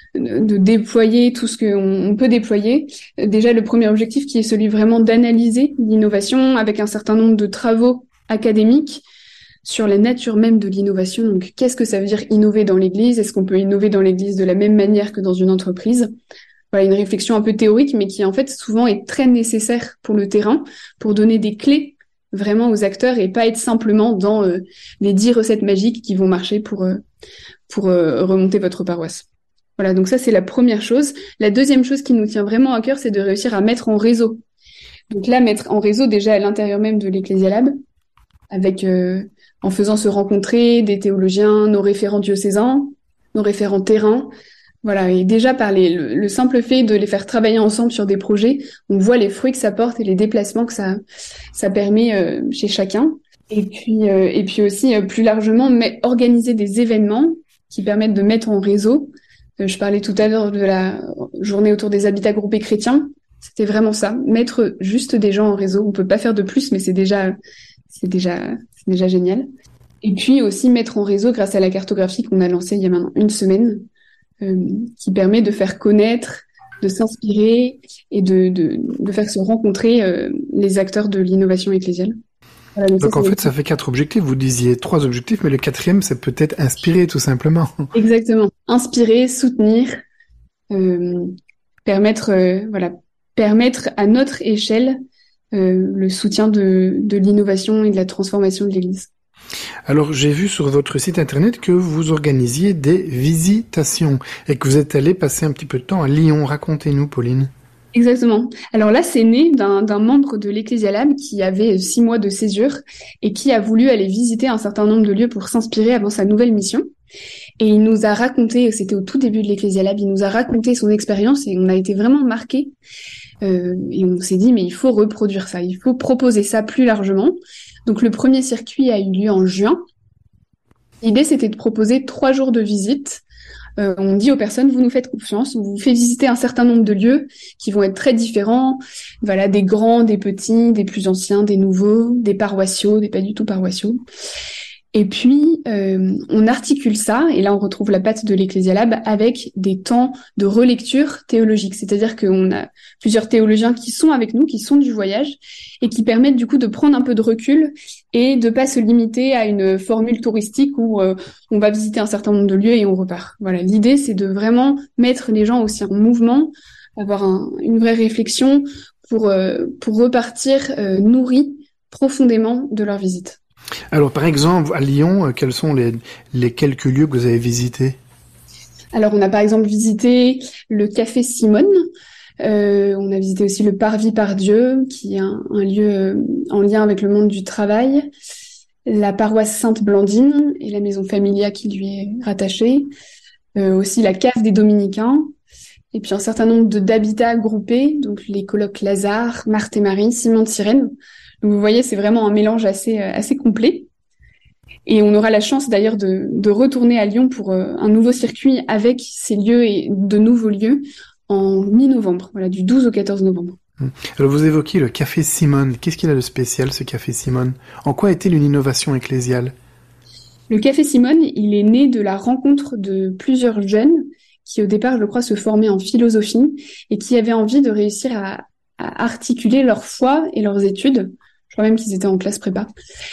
déployer tout ce qu'on peut déployer. Déjà, le premier objectif qui est celui vraiment d'analyser l'innovation avec un certain nombre de travaux académiques sur la nature même de l'innovation. Donc, qu'est-ce que ça veut dire innover dans l'Église ? Est-ce qu'on peut innover dans l'Église de la même manière que dans une entreprise ? Voilà, une réflexion un peu théorique, mais qui en fait souvent est très nécessaire pour le terrain, pour donner des clés vraiment aux acteurs et pas être simplement dans les 10 recettes magiques qui vont marcher pour remonter votre paroisse. Voilà, donc ça c'est la première chose. La deuxième chose qui nous tient vraiment à cœur, c'est de réussir à mettre en réseau. Donc là, mettre en réseau déjà à l'intérieur même de l'Ecclesia Lab, avec en faisant se rencontrer des théologiens, nos référents diocésains, nos référents terrain. Voilà, et déjà par le simple fait de les faire travailler ensemble sur des projets, on voit les fruits que ça porte et les déplacements que ça permet chez chacun. Et puis aussi plus largement organiser des événements qui permettent de mettre en réseau. Je parlais tout à l'heure de la journée autour des habitats groupés chrétiens. C'était vraiment ça, mettre juste des gens en réseau. On peut pas faire de plus, mais c'est déjà génial. Et puis aussi mettre en réseau grâce à la cartographie qu'on a lancée il y a maintenant 1 semaine. Qui permet de faire connaître, de s'inspirer et de faire se rencontrer les acteurs de l'innovation ecclésiale. Voilà, donc en fait, ça fait 4 objectifs. Vous disiez 3 objectifs, mais le 4e, c'est peut-être inspirer tout simplement. Exactement. Inspirer, soutenir, permettre à notre échelle le soutien de l'innovation et de la transformation de l'Église. Alors, j'ai vu sur votre site internet que vous organisiez des visitations et que vous êtes allé passer un petit peu de temps à Lyon. Racontez-nous, Pauline. Exactement. Alors là, c'est né d'un membre de l'Ecclesia Lab qui avait 6 mois de césure et qui a voulu aller visiter un certain nombre de lieux pour s'inspirer avant sa nouvelle mission. Et il nous a raconté, c'était au tout début de l'Ecclesia Lab, il nous a raconté son expérience et on a été vraiment marqués. Et on s'est dit, mais il faut reproduire ça, il faut proposer ça plus largement. Donc le premier circuit a eu lieu en juin. L'idée, c'était de proposer 3 jours de visite. On dit aux personnes, vous nous faites confiance, on vous fait visiter un certain nombre de lieux qui vont être très différents. Voilà, des grands, des petits, des plus anciens, des nouveaux, des paroissiaux, des pas du tout paroissiaux. Et puis, on articule ça, et là on retrouve la patte de l'Ecclesia Lab avec des temps de relecture théologique. C'est-à-dire qu'on a plusieurs théologiens qui sont avec nous, qui sont du voyage, et qui permettent du coup de prendre un peu de recul et de pas se limiter à une formule touristique où on va visiter un certain nombre de lieux et on repart. Voilà, l'idée c'est de vraiment mettre les gens aussi en mouvement, avoir une vraie réflexion pour repartir nourris profondément de leur visite. Alors, par exemple, à Lyon, quels sont les quelques lieux que vous avez visités ? Alors, on a par exemple visité le Café Simone. On a visité aussi le Parvis par Dieu, qui est un lieu en lien avec le monde du travail. La paroisse Sainte-Blandine et la maison Familia qui lui est rattachée. Aussi la cave des Dominicains. Et puis un certain nombre d'habitats groupés, donc les colloques Lazare, Marthe et Marie, Simon de Cyrène. Donc vous voyez, c'est vraiment un mélange assez complet. Et on aura la chance d'ailleurs de retourner à Lyon pour un nouveau circuit avec ces lieux et de nouveaux lieux en mi-novembre, voilà, du 12 au 14 novembre. Alors vous évoquiez le café Simone. Qu'est-ce qu'il a de spécial, ce café Simone? En quoi est-il une innovation ecclésiale? Le Café Simone, il est né de la rencontre de plusieurs jeunes qui, au départ, je crois, se formaient en philosophie et qui avaient envie de réussir à articuler leur foi et leurs études. Je crois même qu'ils étaient en classe prépa.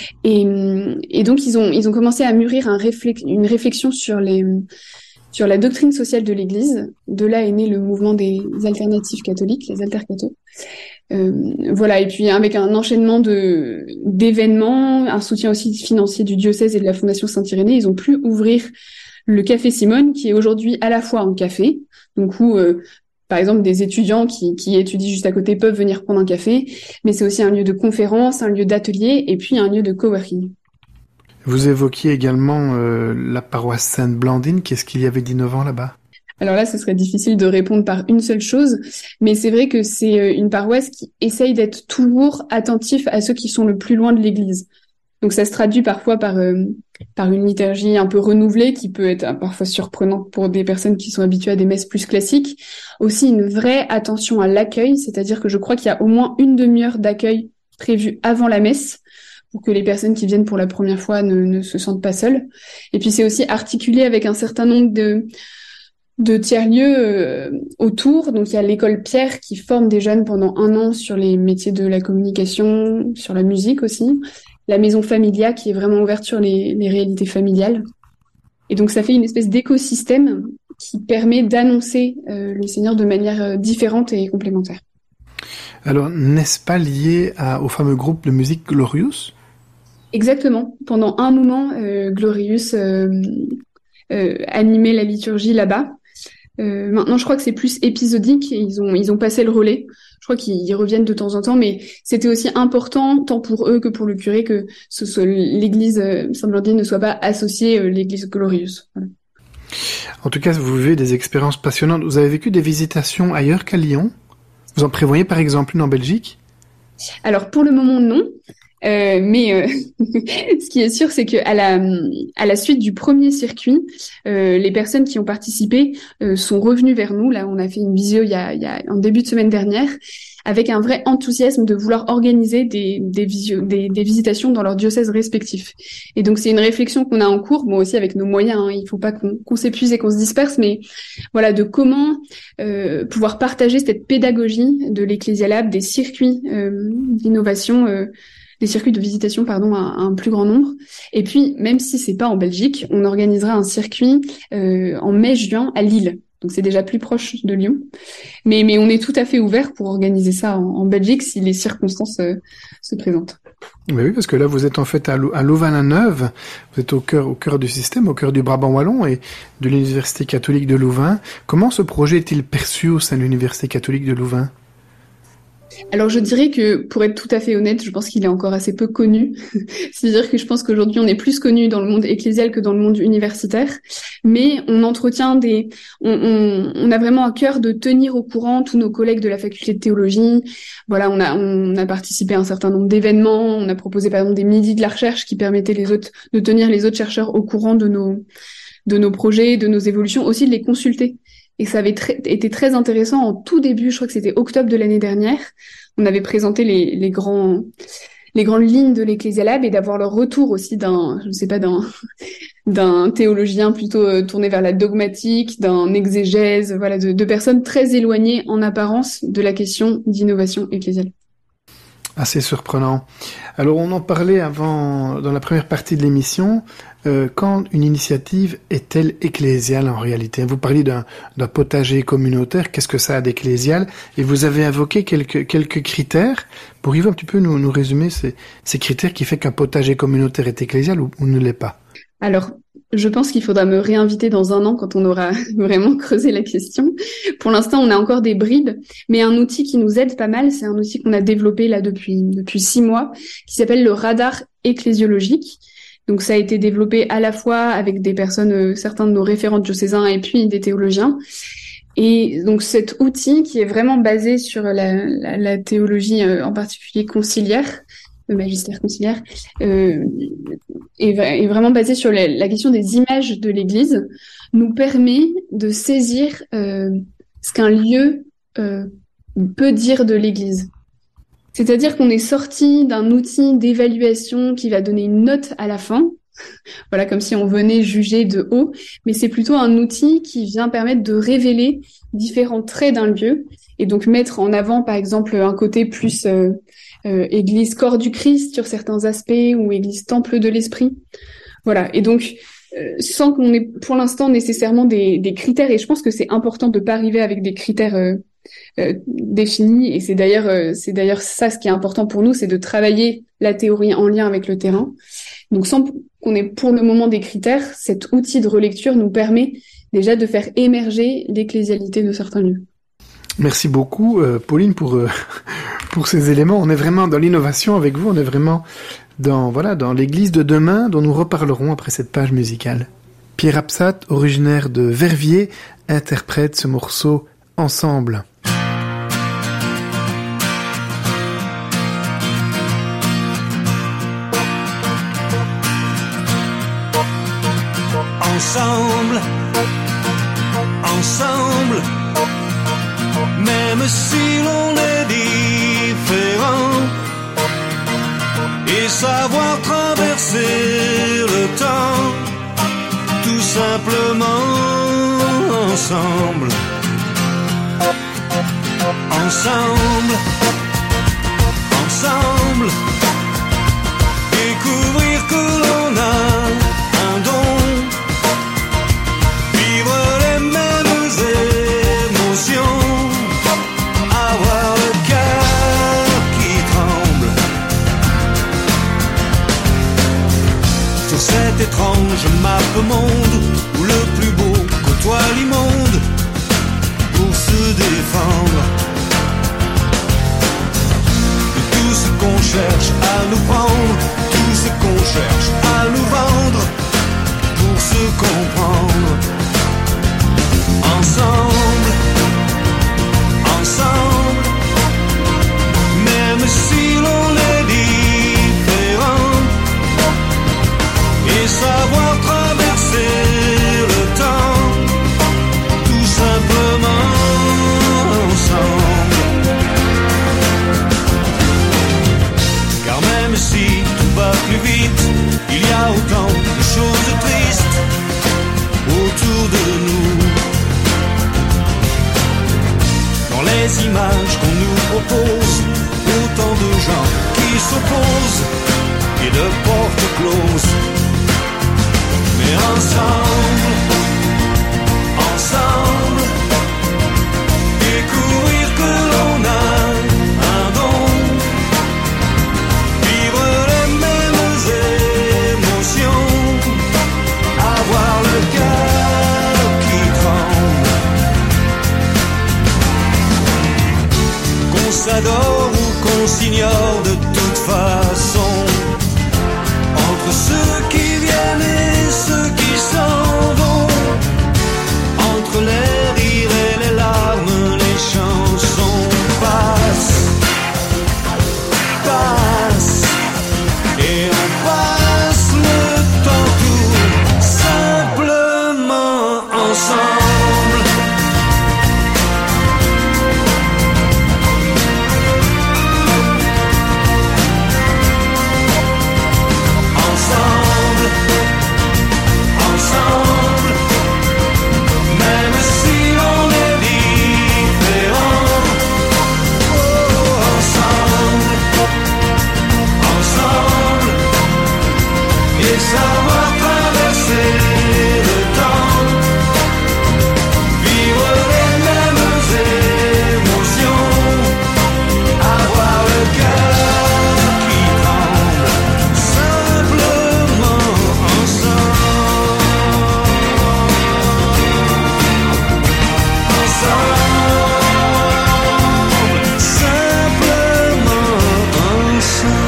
Et donc, ils ont commencé à mûrir une réflexion sur la doctrine sociale de l'Église. De là est né le mouvement des alternatives catholiques, les altercathos. Voilà, et puis avec un enchaînement d'événements, un soutien aussi financier du diocèse et de la Fondation Saint-Irénée, ils ont pu ouvrir le Café Simone, qui est aujourd'hui à la fois un café, donc où par exemple des étudiants qui étudient juste à côté peuvent venir prendre un café, mais c'est aussi un lieu de conférence, un lieu d'atelier et puis un lieu de coworking. Vous évoquiez également la paroisse Sainte-Blandine. Qu'est-ce qu'il y avait d'innovant là-bas? Alors là, ce serait difficile de répondre par une seule chose, mais c'est vrai que c'est une paroisse qui essaye d'être toujours attentif à ceux qui sont le plus loin de l'Église. Donc ça se traduit parfois par une liturgie un peu renouvelée qui peut être parfois surprenante pour des personnes qui sont habituées à des messes plus classiques. Aussi une vraie attention à l'accueil, c'est-à-dire que je crois qu'il y a au moins une demi-heure d'accueil prévue avant la messe pour que les personnes qui viennent pour la première fois ne se sentent pas seules. Et puis c'est aussi articulé avec un certain nombre de tiers-lieux autour. Donc il y a l'école Pierre qui forme des jeunes pendant 1 an sur les métiers de la communication, sur la musique aussi. La maison Familia qui est vraiment ouverte sur les réalités familiales. Et donc ça fait une espèce d'écosystème qui permet d'annoncer le Seigneur de manière différente et complémentaire. Alors, n'est-ce pas lié au fameux groupe de musique Glorious? Exactement. Pendant un moment, Glorious animait la liturgie là-bas. Maintenant, je crois que c'est plus épisodique et ils ont passé le relais. Je crois qu'ils reviennent de temps en temps, mais c'était aussi important, tant pour eux que pour le curé, que l'église Sainte-Blandine ne soit pas associée l'église Glorious. Voilà. En tout cas, vous vivez des expériences passionnantes. Vous avez vécu des visitations ailleurs qu'à Lyon? Vous en prévoyez par exemple une en Belgique? Alors, pour le moment, non. Mais ce qui est sûr, c'est que à la suite du premier circuit, les personnes qui ont participé sont revenues vers nous. Là, on a fait une visio il y a en début de semaine dernière, avec un vrai enthousiasme de vouloir organiser des visitations dans leurs diocèses respectifs. Et donc c'est une réflexion qu'on a en cours, bon aussi avec nos moyens. Hein, il faut pas qu'on s'épuise et qu'on se disperse, mais voilà de comment pouvoir partager cette pédagogie de l'Ecclesia Lab, des circuits d'innovation. Des circuits de visitation, à un plus grand nombre. Et puis, même si c'est pas en Belgique, on organisera un circuit en mai-juin à Lille. Donc c'est déjà plus proche de Lyon. Mais on est tout à fait ouvert pour organiser ça en Belgique si les circonstances se présentent. Mais oui, parce que là, vous êtes en fait à Louvain-la-Neuve. Vous êtes au cœur du système, au cœur du Brabant wallon et de l'Université catholique de Louvain. Comment ce projet est-il perçu au sein de l'Université catholique de Louvain? Alors je dirais que, pour être tout à fait honnête, je pense qu'il est encore assez peu connu. C'est-à-dire que je pense qu'aujourd'hui on est plus connu dans le monde ecclésial que dans le monde universitaire, mais on entretient on a vraiment à cœur de tenir au courant tous nos collègues de la faculté de théologie. Voilà, on a participé à un certain nombre d'événements, on a proposé par exemple des midis de la recherche qui permettaient de tenir les autres chercheurs au courant de nos projets, de nos évolutions, aussi de les consulter. Et ça avait été très intéressant en tout début, je crois que c'était octobre de l'année dernière. On avait présenté les grandes lignes de l'Ecclesia Lab et d'avoir leur retour aussi d'un théologien plutôt tourné vers la dogmatique, d'un exégèse, voilà, de personnes très éloignées en apparence de la question d'innovation ecclésiale. Assez surprenant. Alors on en parlait dans la première partie de l'émission. Quand une initiative est-elle ecclésiale en réalité? Vous parliez d'un potager communautaire. Qu'est-ce que ça a d'ecclésial? Et vous avez invoqué quelques critères. Pourriez-vous un petit peu nous résumer ces critères qui fait qu'un potager communautaire est ecclésial ou ne l'est pas? Alors, je pense qu'il faudra me réinviter dans 1 an quand on aura vraiment creusé la question. Pour l'instant, on a encore des bribes, mais un outil qui nous aide pas mal, c'est un outil qu'on a développé là depuis 6 mois, qui s'appelle le radar ecclésiologique. Donc ça a été développé à la fois avec des personnes, certains de nos référents diocésains et puis des théologiens. Et donc cet outil qui est vraiment basé sur la théologie en particulier conciliaire, le magistère conciliaire, est vraiment basé sur la question des images de l'Église, nous permet de saisir ce qu'un lieu peut dire de l'Église. C'est-à-dire qu'on est sorti d'un outil d'évaluation qui va donner une note à la fin, voilà, comme si on venait juger de haut, mais c'est plutôt un outil qui vient permettre de révéler différents traits d'un lieu, et donc mettre en avant, par exemple, un côté plus Église corps du Christ sur certains aspects, ou Église temple de l'Esprit. Voilà, et donc, sans qu'on ait pour l'instant nécessairement des critères, et je pense que c'est important de pas arriver avec des critères définis, et c'est d'ailleurs ça ce qui est important pour nous, c'est de travailler la théorie en lien avec le terrain. Donc sans qu'on ait pour le moment des critères, cet outil de relecture nous permet déjà de faire émerger l'ecclésialité de certains lieux. Merci beaucoup Pauline pour ces éléments. On est vraiment dans l'innovation avec vous, on est vraiment dans l'église de demain dont nous reparlerons après cette page musicale. Pierre Absat, originaire de Verviers, interprète ce morceau Ensemble. Ensemble, ensemble, même si l'on est différent, et savoir traverser le temps, tout simplement ensemble, ensemble, ensemble, découvrir que l'on a un don. Avoir le cœur qui tremble sur cette étrange map monde où le plus beau côtoie l'immonde pour se défendre de tout ce qu'on cherche à nous prendre, tout ce qu'on cherche à nous vendre pour se comprendre. Ensemble, ensemble, même si l'on est différent, et savoir traverser le temps, tout simplement ensemble. Car même si tout va plus vite, il y a autant de choses tristes autour de nous. Les images qu'on nous propose, autant de gens qui s'opposent et de portes closes. Mais ensemble, ensemble, découvrir que l'on a un don, vivre les mêmes émotions, avoir le cœur qui tremble. Qu'on s'adore ou qu'on s'ignore de toute façon, entre ceux qui viennent et ceux qui s'en vont, entre les rires et les larmes, les chansons passent, passent, et on passe le temps tout simplement ensemble. Savoir traverser le temps, vivre les mêmes émotions, avoir le cœur qui tremble, simplement ensemble, ensemble, simplement ensemble.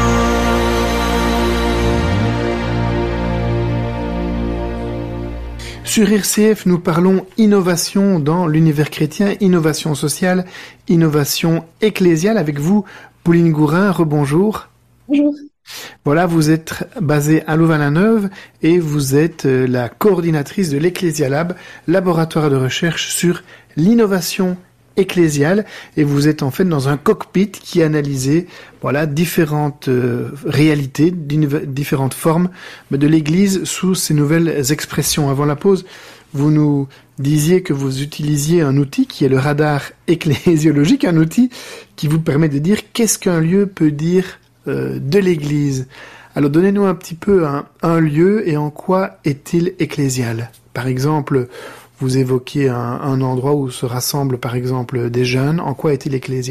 Sur RCF, nous parlons innovation dans l'univers chrétien, innovation sociale, innovation ecclésiale. Avec vous, Pauline Gourin, rebonjour. Bonjour. Voilà, vous êtes basée à Louvain-la-Neuve et vous êtes la coordinatrice de l'Ecclesia Lab, laboratoire de recherche sur l'innovation ecclésial, et vous êtes en fait dans un cockpit qui analysait différentes réalités, différentes formes de l'Église sous ces nouvelles expressions. Avant la pause, vous nous disiez que vous utilisiez un outil qui est le radar ecclésiologique, un outil qui vous permet de dire qu'est-ce qu'un lieu peut dire de l'Église. Alors donnez-nous un petit peu un lieu et en quoi est-il ecclésial. Par exemple, vous évoquiez un endroit où se rassemblent par exemple des jeunes. En quoi est-il ecclésial ?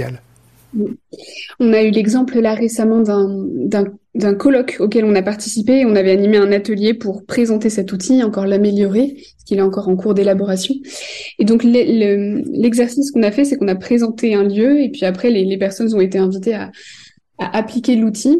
On a eu l'exemple là récemment d'un colloque auquel on a participé. On avait animé un atelier pour présenter cet outil, encore l'améliorer, parce qu'il est encore en cours d'élaboration. Et donc l'exercice qu'on a fait, c'est qu'on a présenté un lieu et puis après les personnes ont été invitées à appliquer l'outil.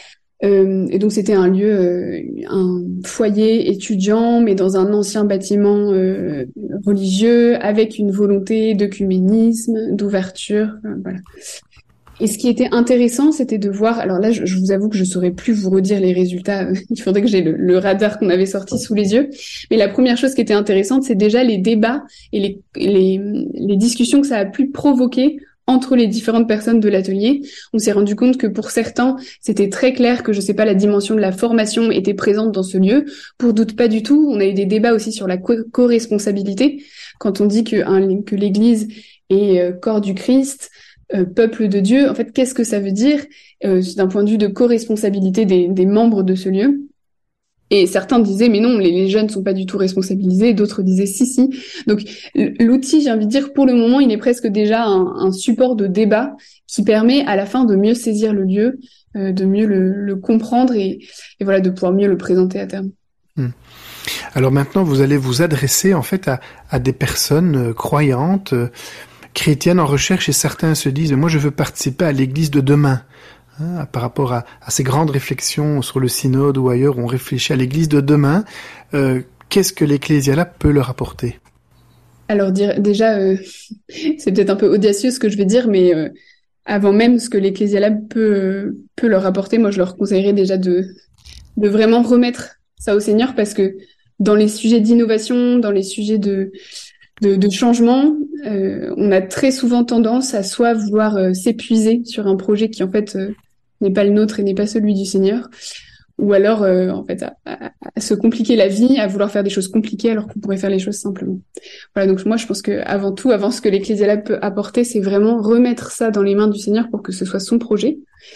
Et donc c'était un lieu, un foyer étudiant, mais dans un ancien bâtiment religieux, avec une volonté d'œcuménisme, d'ouverture, voilà. Et ce qui était intéressant, c'était de voir. Alors là, je vous avoue que je saurais plus vous redire les résultats. Il faudrait que j'ai le radar qu'on avait sorti sous les yeux. Mais la première chose qui était intéressante, c'est déjà les débats et les discussions que ça a pu provoquer entre les différentes personnes de l'atelier. On s'est rendu compte que pour certains, c'était très clair que, la dimension de la formation était présente dans ce lieu. Pour d'autres, pas du tout. On a eu des débats aussi sur la co-responsabilité. Quand on dit que l'Église est corps du Christ, peuple de Dieu, en fait, qu'est-ce que ça veut dire d'un point de vue de co-responsabilité des membres de ce lieu? Et certains disaient, mais non, les jeunes ne sont pas du tout responsabilisés. D'autres disaient, si. Donc, l'outil, j'ai envie de dire, pour le moment, il est presque déjà un support de débat qui permet à la fin de mieux saisir le lieu, de mieux le comprendre et voilà, de pouvoir mieux le présenter à terme. Alors maintenant, vous allez vous adresser, en fait, à des personnes croyantes, chrétiennes en recherche, et certains se disent, moi, je veux participer à l'église de demain. Par rapport à ces grandes réflexions sur le synode ou ailleurs, on réfléchit à l'église de demain. Qu'est-ce que l'Ecclésia Lab peut leur apporter ? Alors déjà, c'est peut-être un peu audacieux ce que je vais dire, mais avant même ce que l'Ecclésia Lab peut leur apporter, moi je leur conseillerais déjà de vraiment remettre ça au Seigneur, parce que dans les sujets d'innovation, dans les sujets de changement, on a très souvent tendance à soit vouloir s'épuiser sur un projet qui en fait n'est pas le nôtre et n'est pas celui du Seigneur, ou alors en fait à se compliquer la vie, à vouloir faire des choses compliquées alors qu'on pourrait faire les choses simplement. Voilà, donc moi je pense que avant ce que l'Ecclésia Lab peut apporter, c'est vraiment remettre ça dans les mains du Seigneur pour que ce soit son projet.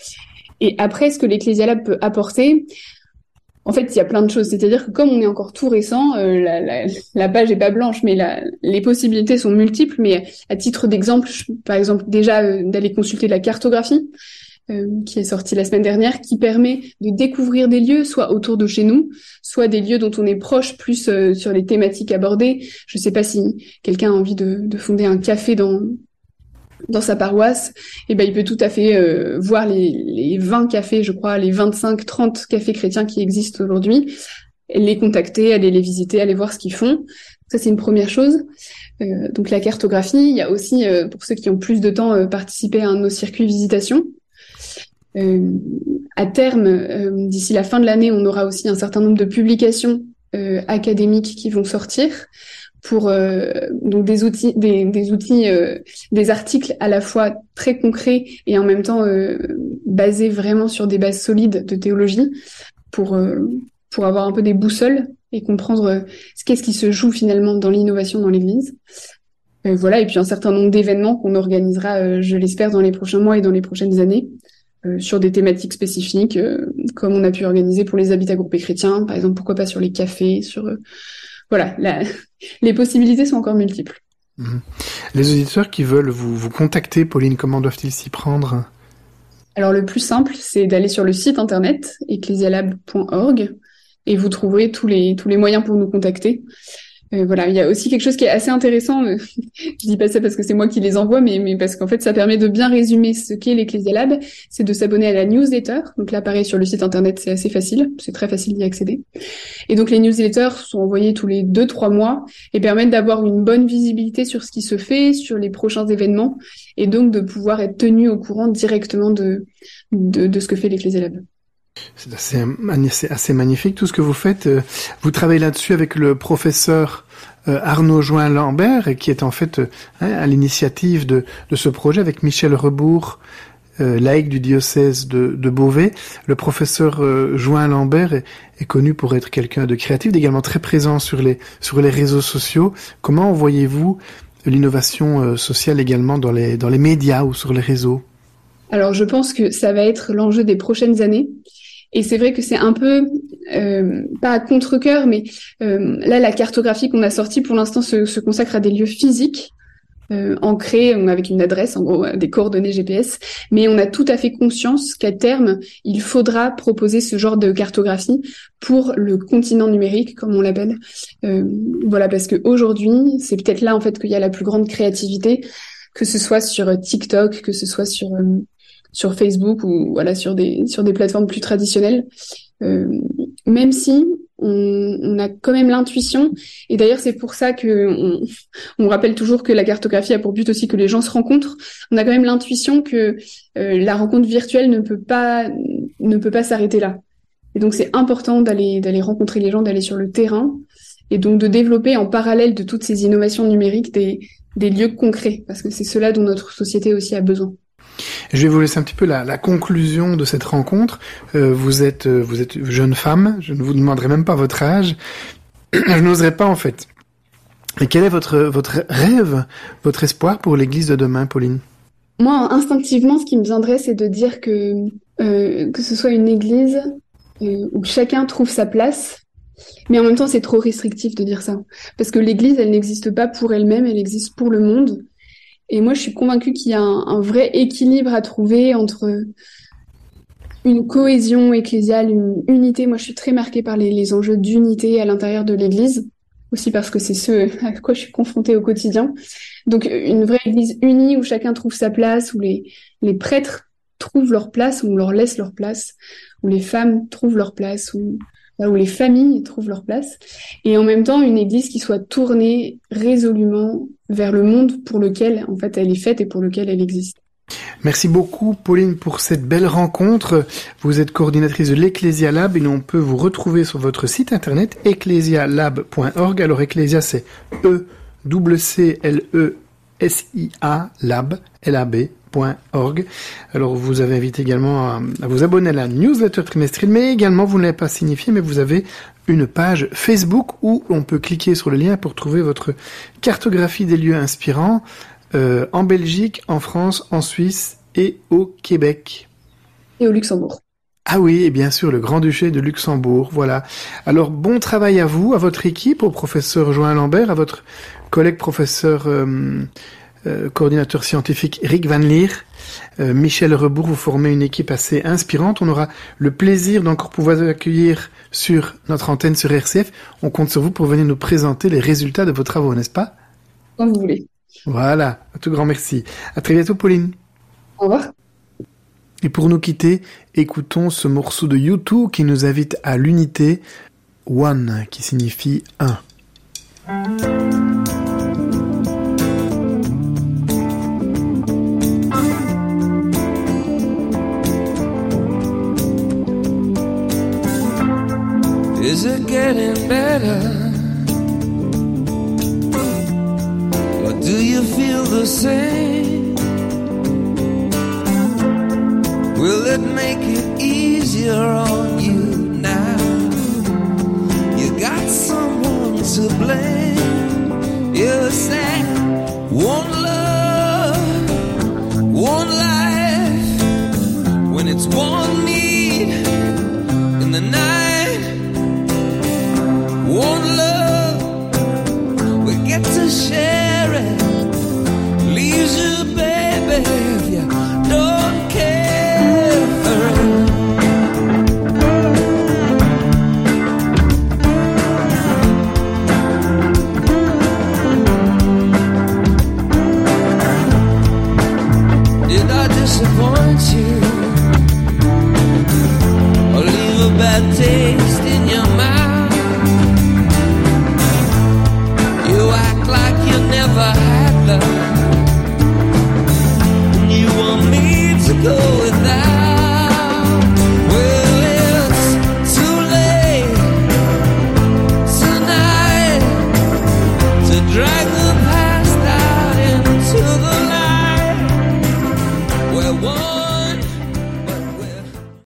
Et après, ce que l'Ecclésia Lab peut apporter, en fait, il y a plein de choses. C'est-à-dire que comme on est encore tout récent, la page est pas blanche, mais les possibilités sont multiples. Mais à titre d'exemple, par exemple, déjà d'aller consulter la cartographie qui est sortie la semaine dernière, qui permet de découvrir des lieux, soit autour de chez nous, soit des lieux dont on est proche, plus sur les thématiques abordées. Je sais pas si quelqu'un a envie de fonder un café dans sa paroisse, et ben il peut tout à fait voir les 20 cafés, je crois, les 25, 30 cafés chrétiens qui existent aujourd'hui, les contacter, aller les visiter, aller voir ce qu'ils font. Ça, c'est une première chose. Donc la cartographie, il y a aussi, pour ceux qui ont plus de temps, participer à un de nos circuits visitation. À terme, d'ici la fin de l'année, on aura aussi un certain nombre de publications académiques qui vont sortir, pour donc des outils, des articles à la fois très concrets et en même temps basés vraiment sur des bases solides de théologie, pour avoir un peu des boussoles et comprendre qu'est-ce qui se joue finalement dans l'innovation dans l'Église. Voilà, et puis un certain nombre d'événements qu'on organisera, je l'espère, dans les prochains mois et dans les prochaines années, sur des thématiques spécifiques, comme on a pu organiser pour les habitats groupés chrétiens, par exemple, pourquoi pas sur les cafés, sur voilà, les possibilités sont encore multiples. Les auditeurs qui veulent vous contacter, Pauline, comment doivent-ils s'y prendre ? Alors le plus simple, c'est d'aller sur le site internet ecclesialab.org et vous trouverez tous les moyens pour nous contacter. Voilà, il y a aussi quelque chose qui est assez intéressant. Je dis pas ça parce que c'est moi qui les envoie, mais parce qu'en fait, ça permet de bien résumer ce qu'est l'Ecclesia Lab. C'est de s'abonner à la newsletter. Donc là, pareil, sur le site internet, c'est assez facile. C'est très facile d'y accéder. Et donc, les newsletters sont envoyées tous les 2-3 mois et permettent d'avoir une bonne visibilité sur ce qui se fait, sur les prochains événements, et donc de pouvoir être tenu au courant directement de ce que fait l'Ecclesia Lab. C'est assez magnifique tout ce que vous faites. Vous travaillez là-dessus avec le professeur Arnaud Join-Lambert, qui est en fait à l'initiative de ce projet avec Michel Rebourg, laïc du diocèse de Beauvais. Le professeur Join-Lambert est connu pour être quelqu'un de créatif, également très présent sur les réseaux sociaux. Comment voyez-vous l'innovation sociale également dans les médias ou sur les réseaux? Alors, je pense que ça va être l'enjeu des prochaines années. Et c'est vrai que c'est un peu, pas à contre-cœur, mais là, la cartographie qu'on a sortie, pour l'instant, se consacre à des lieux physiques, ancrés avec une adresse, en gros, des coordonnées GPS. Mais on a tout à fait conscience qu'à terme, il faudra proposer ce genre de cartographie pour le continent numérique, comme on l'appelle. Voilà, parce que aujourd'hui, c'est peut-être là, en fait, qu'il y a la plus grande créativité, que ce soit sur TikTok, que ce soit sur Facebook ou voilà sur des plateformes plus traditionnelles, même si on a quand même l'intuition, et d'ailleurs c'est pour ça que on rappelle toujours que la cartographie a pour but aussi que les gens se rencontrent. On a quand même l'intuition que la rencontre virtuelle ne peut pas s'arrêter là, et donc c'est important d'aller rencontrer les gens, d'aller sur le terrain, et donc de développer en parallèle de toutes ces innovations numériques des lieux concrets, parce que c'est cela dont notre société aussi a besoin. Je vais vous laisser un petit peu la conclusion de cette rencontre. Vous êtes jeune femme, je ne vous demanderai même pas votre âge. Je n'oserais pas en fait. Et quel est votre rêve, votre espoir pour l'Église de demain, Pauline? Moi, instinctivement, ce qui me viendrait, c'est de dire que ce soit une Église où chacun trouve sa place. Mais en même temps, c'est trop restrictif de dire ça. Parce que l'Église, elle n'existe pas pour elle-même, elle existe pour le monde. Et moi, je suis convaincue qu'il y a un vrai équilibre à trouver entre une cohésion ecclésiale, une unité. Moi, je suis très marquée par les enjeux d'unité à l'intérieur de l'Église, aussi parce que c'est ce à quoi je suis confrontée au quotidien. Donc, une vraie Église unie où chacun trouve sa place, où les prêtres trouvent leur place, où on leur laisse leur place, où les femmes trouvent leur place, où les familles trouvent leur place, et en même temps une Église qui soit tournée résolument vers le monde pour lequel en fait elle est faite et pour lequel elle existe. Merci beaucoup Pauline pour cette belle rencontre. Vous êtes coordinatrice de l'Ecclesia Lab et on peut vous retrouver sur votre site internet ecclesialab.org. Alors Ecclesia c'est E-C-C-L-E-S-I-A Lab, L-A-B.org. Alors vous avez invité également à vous abonner à la newsletter trimestrielle, mais également, vous ne l'avez pas signifié, mais vous avez une page Facebook où on peut cliquer sur le lien pour trouver votre cartographie des lieux inspirants en Belgique, en France, en Suisse et au Québec. Et au Luxembourg. Ah oui, et bien sûr, le Grand-Duché de Luxembourg, voilà. Alors, bon travail à vous, à votre équipe, au professeur Join-Lambert, à votre collègue professeur coordinateur scientifique Rick Van Leer, Michel Rebourg, vous formez une équipe assez inspirante. On aura le plaisir d'encore pouvoir vous accueillir sur notre antenne sur RCF. On compte sur vous pour venir nous présenter les résultats de vos travaux, n'est-ce pas? Quand vous voulez. Voilà, un tout grand merci. À très bientôt, Pauline. Au revoir. Et pour nous quitter, écoutons ce morceau de U2 qui nous invite à l'unité, One, qui signifie un. Is it getting better? Or do you feel the same? Will it make it easier on you now? You got someone to blame. You say one love, one life, when it's one need in the night. One love, we get to share it. Leaves you, baby, if you don't care. Did I disappoint you? Or leave a bad taste in your mouth? Never had love, and you want me to go without. Well, it's too late tonight. where one